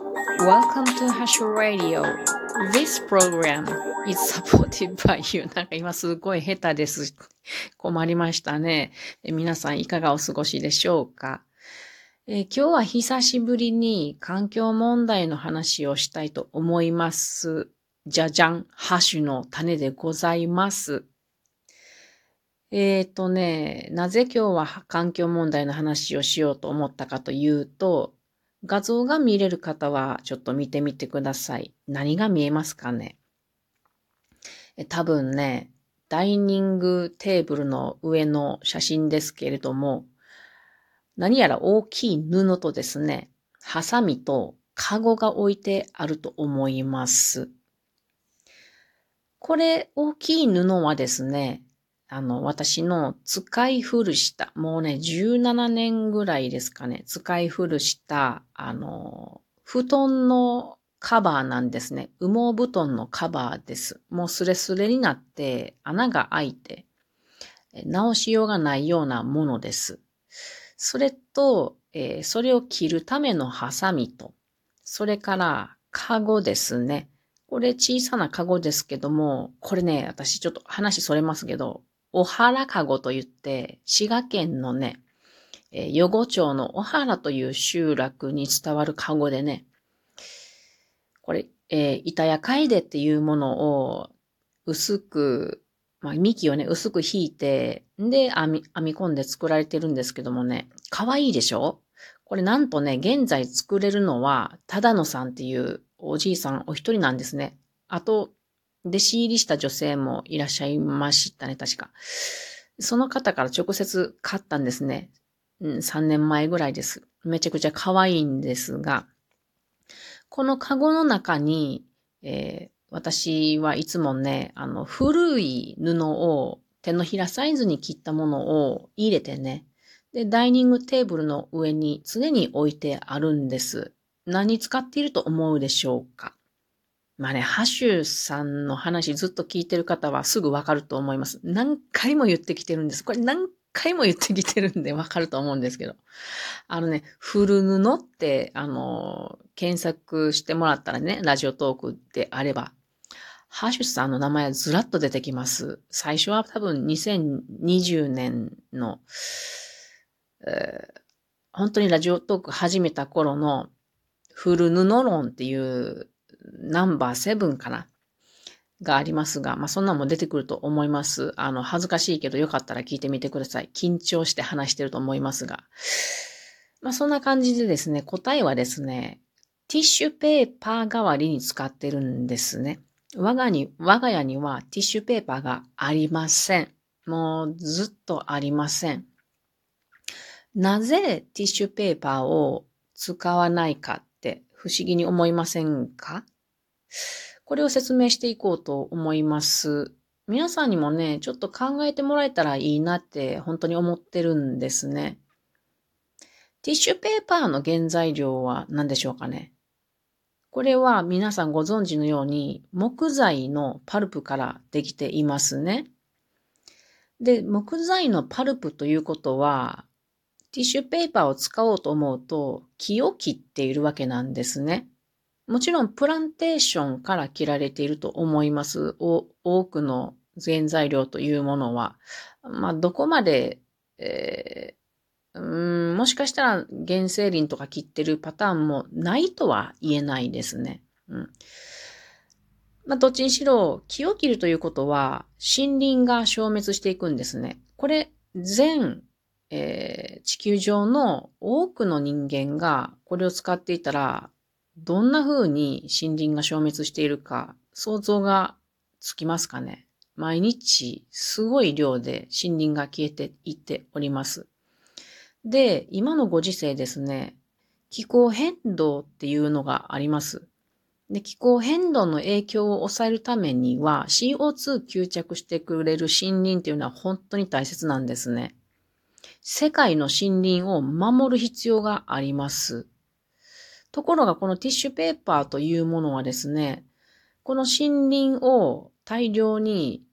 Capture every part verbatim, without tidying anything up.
Welcome to Hash Radio. This program is supported by you. なんか今すごい下手です。困りましたね。え皆さんいかがお過ごしでしょうか。えー今日は久しぶりに環境問題の話をしたいと思います。じゃじゃん、ハッシュの種でございます。えーとね、なぜ今日は環境問題の話をしようと思ったかというと、画像が見れる方はちょっと見てみてください。何が見えますかね。え多分ね、ダイニングテーブルの上の写真ですけれども、何やら大きい布とですね、ハサミとカゴが置いてあると思います。これ大きい布はですね、あの、私の使い古した、もうね、じゅうななねんぐらいですかね、使い古した、あの、布団のカバーなんですね。羽毛布団のカバーです。もうスレスレになって穴が開いて、え直しようがないようなものです。それと、えーそれを切るためのハサミと、それからカゴですね。これ小さなカゴですけども、これね、私ちょっと話それますけど、お原カゴと言って、滋賀県のね、えー余呉町のお原という集落に伝わるカゴでね、これ、えー板や楓っていうものを薄く、まあ、幹をね、薄く引いて、で、編み、編み込んで作られてるんですけどもね、可愛いでしょ。これなんとね、現在作れるのは、只野さんっていうおじいさんお一人なんですね。あと、弟子入りした女性もいらっしゃいましたね、確か。その方から直接買ったんですね。うん、さんねんまえぐらいです。めちゃくちゃ可愛いんですが、このカゴの中に、えー私はいつもね、あの、古い布を手のひらサイズに切ったものを入れてね、で、ダイニングテーブルの上に常に置いてあるんです。何に使っていると思うでしょうか。まあね、ハッシュさんの話ずっと聞いてる方はすぐわかると思います。何回も言ってきてるんです。これ何回も言ってきてるんでわかると思うんですけど。あのね、古布って、あの、検索してもらったらね、ラジオトークであれば、ハッシュさんの名前はずらっと出てきます。最初は多分にせんにじゅうねんの、えー本当にラジオトーク始めた頃の古布論っていうナンバーセブンかながありますが、まあ、そんなのも出てくると思います。あの、恥ずかしいけどよかったら聞いてみてください。緊張して話してると思いますが。まあ、そんな感じでですね、答えはですね、ティッシュペーパー代わりに使ってるんですね。我がに、我が家にはティッシュペーパーがありません。もうずっとありません。なぜティッシュペーパーを使わないかって不思議に思いませんか？これを説明していこうと思います。皆さんにもね、ちょっと考えてもらえたらいいなって本当に思ってるんですね。ティッシュペーパーの原材料は何でしょうかね。これは皆さんご存知のように木材のパルプからできていますね。で、木材のパルプということは、ティッシュペーパーを使おうと思うと木を切っているわけなんですね。もちろんプランテーションから切られていると思います。お多くの原材料というものは。まあ、どこまで、えーうーん、もしかしたら原生林とか切ってるパターンもないとは言えないですね。うん。まあ、どっちにしろ、木を切るということは、森林が消滅していくんですね。これ、全、えー地球上の多くの人間がこれを使っていたら、どんな風に森林が消滅しているか、想像がつきますかね。毎日、すごい量で森林が消えていっております。で、今のご時世ですね、気候変動っていうのがあります。で、気候変動の影響を抑えるためには シーオーツー 吸着してくれる森林っていうのは本当に大切なんですね。世界の森林を守る必要があります。ところがこのティッシュペーパーというものはですね、この森林を大量に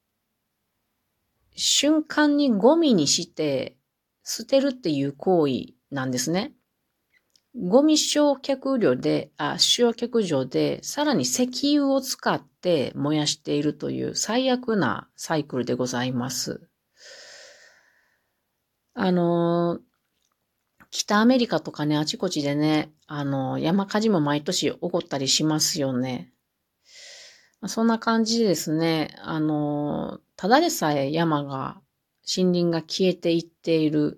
瞬間にゴミにして捨てるっていう行為なんですね。 ゴミ焼却炉で、あ、焼却場で、さらに石油を使って燃やしているという最悪なサイクルでございます。あの、北アメリカとかね、あちこちでね、あの、山火事も毎年起こったりしますよね。そんな感じでですね、あの、ただでさえ山が、森林が消えていっている。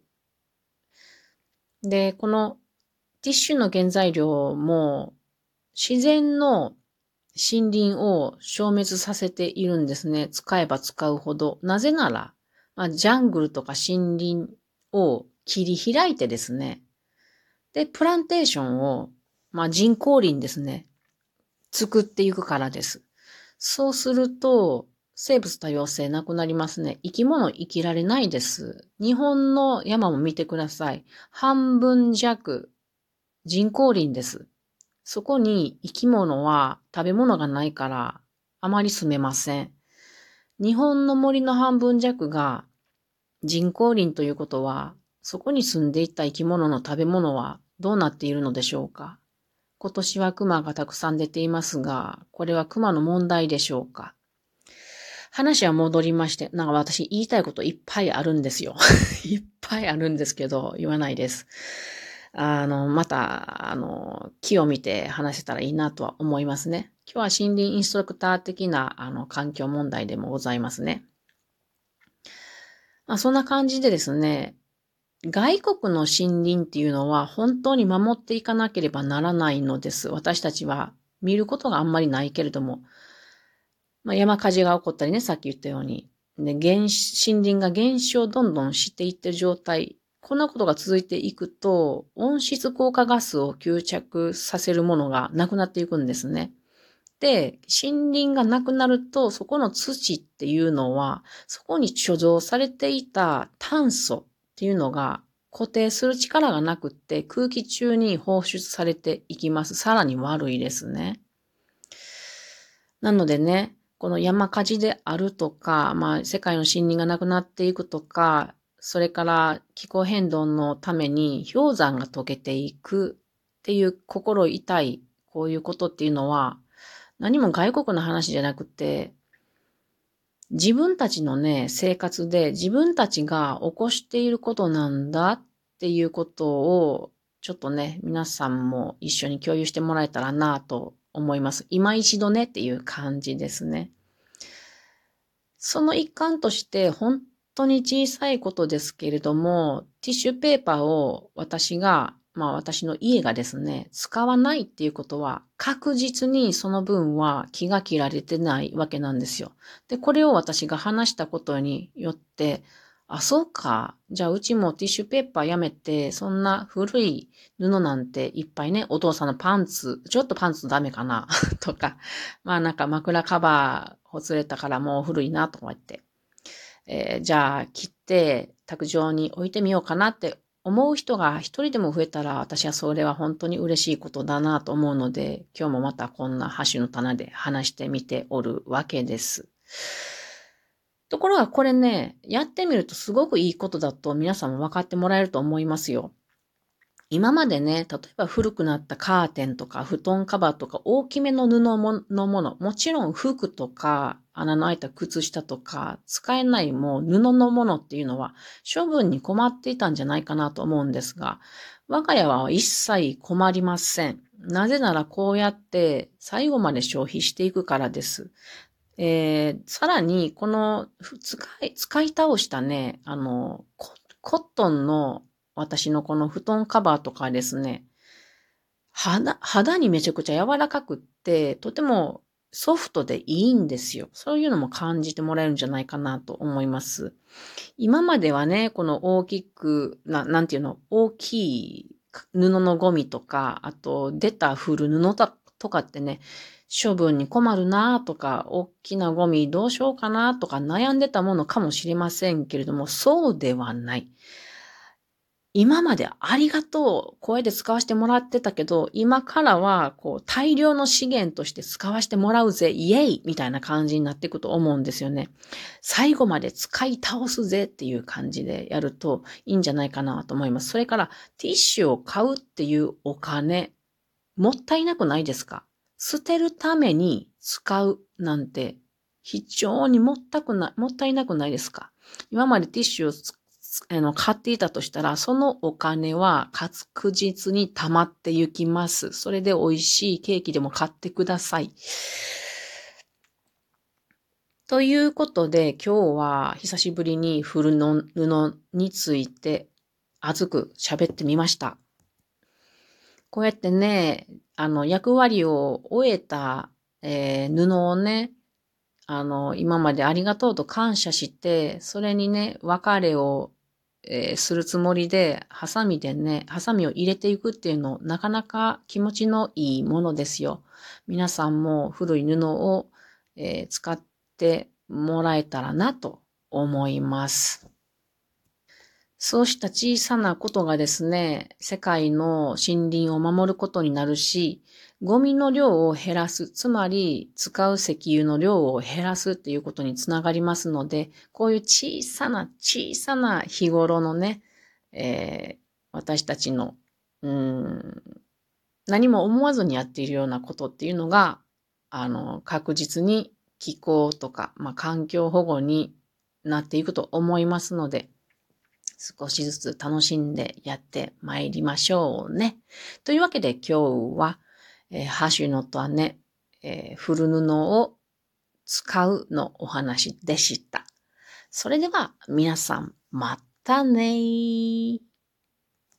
で、このティッシュの原材料も自然の森林を消滅させているんですね。使えば使うほど。なぜなら、まあ、ジャングルとか森林を切り開いてですね。で、プランテーションを、まあ、人工林ですね。作っていくからです。そうすると、生物多様性なくなりますね。生き物生きられないです。日本の山も見てください。半分弱人工林です。そこに生き物は食べ物がないからあまり住めません。日本の森の半分弱が人工林ということは、そこに住んでいた生き物の食べ物はどうなっているのでしょうか。今年は熊がたくさん出ていますが、これは熊の問題でしょうか。話は戻りまして、なんか私言いたいこといっぱいあるんですよ。いっぱいあるんですけど、言わないです。あの、また、あの、木を見て話せたらいいなとは思いますね。今日は森林インストラクター的な、あの、環境問題でもございますね。まあ、そんな感じでですね、外国の森林っていうのは本当に守っていかなければならないのです。私たちは見ることがあんまりないけれども、まあ、山火事が起こったりね、さっき言ったように、で、原森林が減少どんどんしていってる状態、こんなことが続いていくと、温室効果ガスを吸着させるものがなくなっていくんですね。で、森林がなくなると、そこの土っていうのは、そこに貯蔵されていた炭素っていうのが固定する力がなくって空気中に放出されていきます。さらに悪いですね。なのでね、この山火事であるとか、まあ世界の森林がなくなっていくとか、それから気候変動のために氷山が溶けていくっていう心痛い、こういうことっていうのは、何も外国の話じゃなくて、自分たちのね、生活で自分たちが起こしていることなんだっていうことを、ちょっとね、皆さんも一緒に共有してもらえたらなと思います。今一度ねっていう感じですね。その一環として本当に小さいことですけれども、ティッシュペーパーを私が、まあ私の家がですね、使わないっていうことは確実にその分は気が切られてないわけなんですよ。で、これを私が話したことによって、あ、そうか。じゃあうちもティッシュペーパーやめて、そんな古い布なんていっぱいね、お父さんのパンツ、ちょっとパンツダメかなとか、まあなんか枕カバーほつれたからもう古いなとか言って、えー、じゃあ切って卓上に置いてみようかなって思う人が一人でも増えたら私はそれは本当に嬉しいことだなと思うので、今日もまたこんな箸の棚で話してみておるわけです。ところがこれね、やってみるとすごくいいことだと皆さんも分かってもらえると思いますよ。今までね、例えば古くなったカーテンとか布団カバーとか大きめの布のもの、もちろん服とか穴の開いた靴下とか使えないもう布のものっていうのは処分に困っていたんじゃないかなと思うんですが、我が家は一切困りません。なぜならこうやって最後まで消費していくからです。えー、さらにこの使い、使い倒したね、あの、ココットンの私のこの布団カバーとかですね、肌、肌にめちゃくちゃ柔らかくって、とてもソフトでいいんですよ。そういうのも感じてもらえるんじゃないかなと思います。今まではね、この大きく、な、なんていうの、大きい布のゴミとか、あと出た古布とかってね、処分に困るなとか、大きなゴミどうしようかなとか悩んでたものかもしれませんけれども、そうではない。 今までありがとう、声で使わせてもらってたけど、今からは、こう、大量の資源として使わせてもらうぜ、イエイみたいな感じになっていくと思うんですよね。最後まで使い倒すぜっていう感じでやるといいんじゃないかなと思います。それから、ティッシュを買うっていうお金、もったいなくないですか？捨てるために使うなんて、非常にもったくな、もったいなくないですか？今までティッシュをつあの買っていたとしたら、そのお金は確実に溜まっていきます。それで美味しいケーキでも買ってください。ということで、今日は久しぶりに古の布について熱く喋ってみました。こうやってね、あの、役割を終えた、えー布をね、あの、今までありがとうと感謝して、それにね、別れを、えーするつもりで、ハサミでね、ハサミを入れていくっていうの、なかなか気持ちのいいものですよ。皆さんも古い布を、えー使ってもらえたらなと思います。そうした小さなことがですね、世界の森林を守ることになるし、ゴミの量を減らす、つまり使う石油の量を減らすっていうことにつながりますので、こういう小さな小さな日頃のね、えー私たちの、うーん、何も思わずにやっているようなことっていうのが、あの、確実に気候とか、まあ、環境保護になっていくと思いますので、少しずつ楽しんでやってまいりましょうね。というわけで今日は、えー、ハッシュノとはね、えー、古布を使うのお話でした。それでは皆さん、またねー。